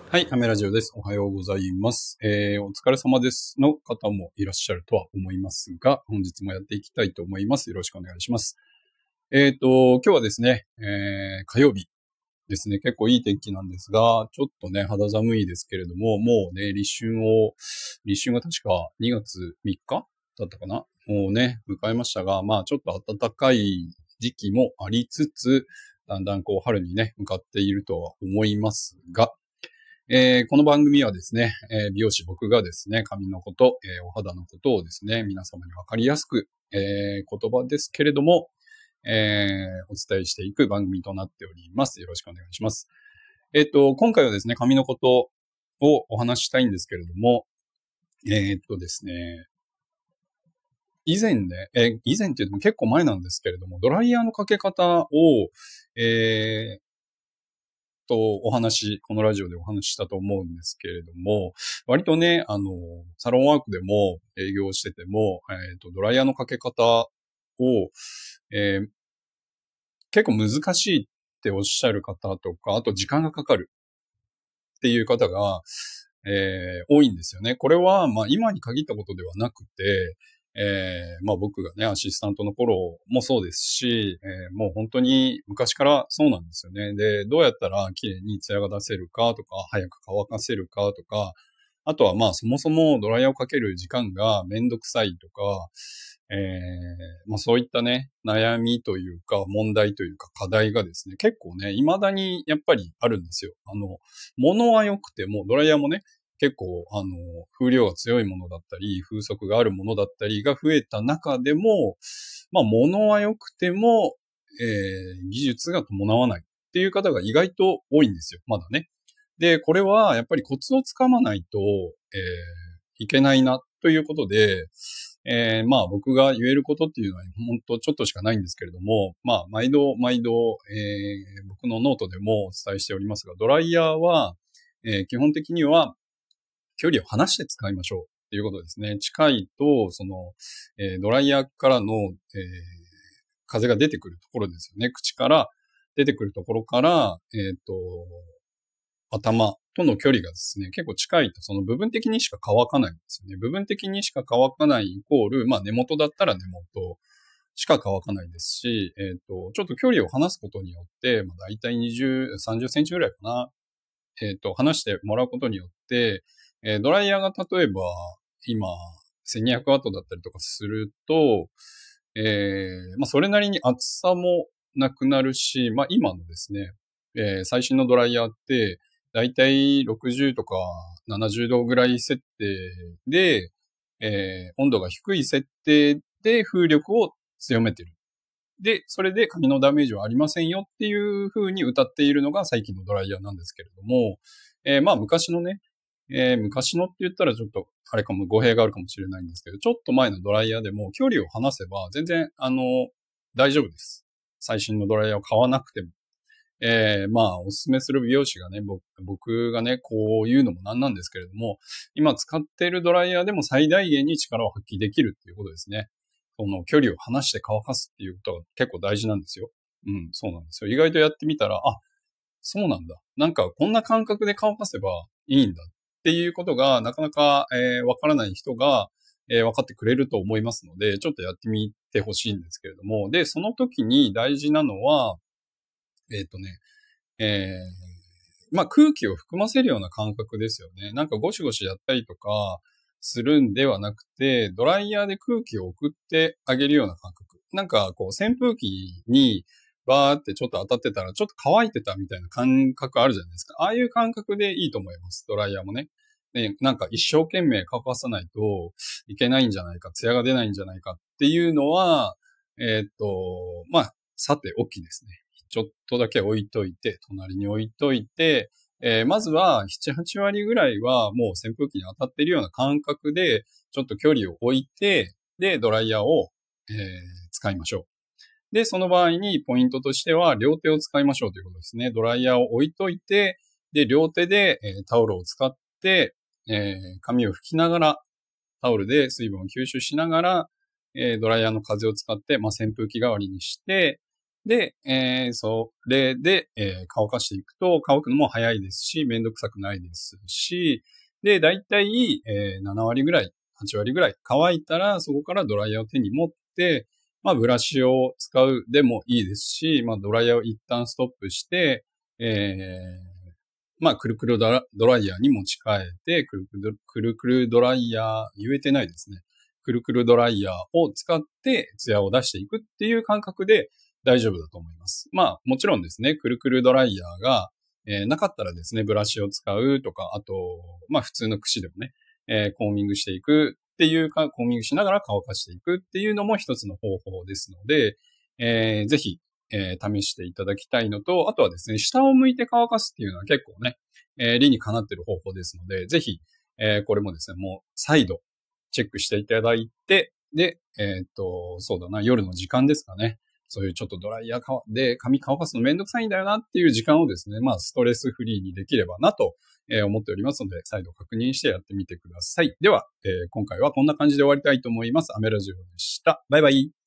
はい、アメラジオです。おはようございます。お疲れ様ですの方もいらっしゃるとは思いますが、本日もやっていきたいと思います。よろしくお願いします。今日はですね、火曜日ですね、結構いい天気なんですが、ちょっとね、肌寒いですけれども、もうね、立春が確か2月3日だったかなもうね、迎えましたが、まあちょっと暖かい時期もありつつ、だんだんこう春にね、向かっているとは思いますが、この番組はですね、美容師僕がですね、髪のこと、お肌のことをですね、皆様にわかりやすく、言葉ですけれども、お伝えしていく番組となっております。よろしくお願いします。今回はですね、髪のことをお話ししたいんですけれども、ですね、以前っていうのも結構前なんですけれども、ドライヤーのかけ方を、えーこのラジオでお話ししたと思うんですけれども、割とね、サロンワークでも営業してても、ドライヤーのかけ方を、えー結構難しいっておっしゃる方とか、あと時間がかかるっていう方が、多いんですよね。これは、まあ今に限ったことではなくて、まあ僕がね、アシスタントの頃もそうですし、もう本当に昔からそうなんですよね。で、どうやったら綺麗にツヤが出せるかとか、早く乾かせるかとか、あとはまあそもそもドライヤーをかける時間がめんどくさいとか、まあそういったね、悩みというか問題というか課題がですね、結構ね、未だにやっぱりあるんですよ。物は良くても、ドライヤーもね、結構、風量が強いものだったり、風速があるものだったりが増えた中でも、まあ、物は良くても、技術が伴わないっていう方が意外と多いんですよ。まだね。で、これはやっぱりコツをつかまないと、いけないなということで、まあ僕が言えることっていうのは本当ちょっとしかないんですけれども、まあ毎度毎度、僕のノートでもお伝えしておりますが、ドライヤーは、基本的には距離を離して使いましょうっていうことですね。近いと、ドライヤーからの、風が出てくるところですよね。口から出てくるところから、頭との距離がですね、結構近いと、その部分的にしか乾かないんですよね。部分的にしか乾かないイコール、まあ根元だったら根元しか乾かないですし、ちょっと距離を離すことによって、まあ大体20、30センチぐらいかな。離してもらうことによって、ドライヤーが例えば、今、1200ワットだったりとかすると、まあ、それなりに厚さもなくなるし、まあ、今のですね、最新のドライヤーって、だいたい60とか70度ぐらい設定で、温度が低い設定で風力を強めてる。で、それで髪のダメージはありませんよっていう風に歌っているのが最近のドライヤーなんですけれども、まあ昔のね、昔のって言ったらちょっと、あれかも語弊があるかもしれないんですけど、ちょっと前のドライヤーでも距離を離せば全然、大丈夫です。最新のドライヤーを買わなくても。まあ、おすすめする美容師がね、僕がね、こういうのもなんなんですけれども、今使っているドライヤーでも最大限に力を発揮できるっていうことですね。その距離を離して乾かすっていうことが結構大事なんですよ。うん、そうなんですよ。意外とやってみたら、あ、そうなんだ。なんかこんな感覚で乾かせばいいんだっていうことがなかなか、わからない人が、分かってくれると思いますので、ちょっとやってみてほしいんですけれども、で、その時に大事なのは、えっ、とね、えまあ空気を含ませるような感覚ですよね。なんかゴシゴシやったりとかするんではなくて、ドライヤーで空気を送ってあげるような感覚。なんかこう扇風機にバーってちょっと当たってたらちょっと乾いてたみたいな感覚あるじゃないですか。ああいう感覚でいいと思います。ドライヤーもね。で、なんか一生懸命乾かさないといけないんじゃないか、艶が出ないんじゃないかっていうのは、まあ、さておきですね。ちょっとだけ置いといて、隣に置いといて、まずは7、8割ぐらいはもう扇風機に当たっているような感覚で、ちょっと距離を置いて、で、ドライヤーを、使いましょう。で、その場合にポイントとしては、両手を使いましょうということですね。ドライヤーを置いといて、で、両手で、タオルを使って、髪を拭きながら、タオルで水分を吸収しながら、ドライヤーの風を使って、まあ、扇風機代わりにして、 で、それで、乾かしていくと、乾くのも早いですし、めんどくさくないですし、で、だいたい、7割ぐらい、8割ぐらい乾いたら、そこからドライヤーを手に持って、まあ、ブラシを使うでもいいですし、まあ、ドライヤーを一旦ストップして、まあ、くるくるドライヤーに持ち替えて、くるくるドライヤー、言えてないですね。くるくるドライヤーを使ってツヤを出していくっていう感覚で大丈夫だと思います。まあ、もちろんですね、くるくるドライヤーが、なかったらですね、ブラシを使うとか、あと、まあ普通の櫛でもね、コーミングしていくっていうか、コーミングしながら乾かしていくっていうのも一つの方法ですので、ぜひ、試していただきたいのと、あとはですね、下を向いて乾かすっていうのは結構ね、理にかなっている方法ですので、ぜひ、これもですね、もう再度チェックしていただいて、で、そうだな、夜の時間ですかね。そういうちょっとドライヤーで髪乾かすのめんどくさいんだよなっていう時間をですね、まあストレスフリーにできればなと思っておりますので、再度確認してやってみてください。では、今回はこんな感じで終わりたいと思います。アメラジオでした。バイバイ。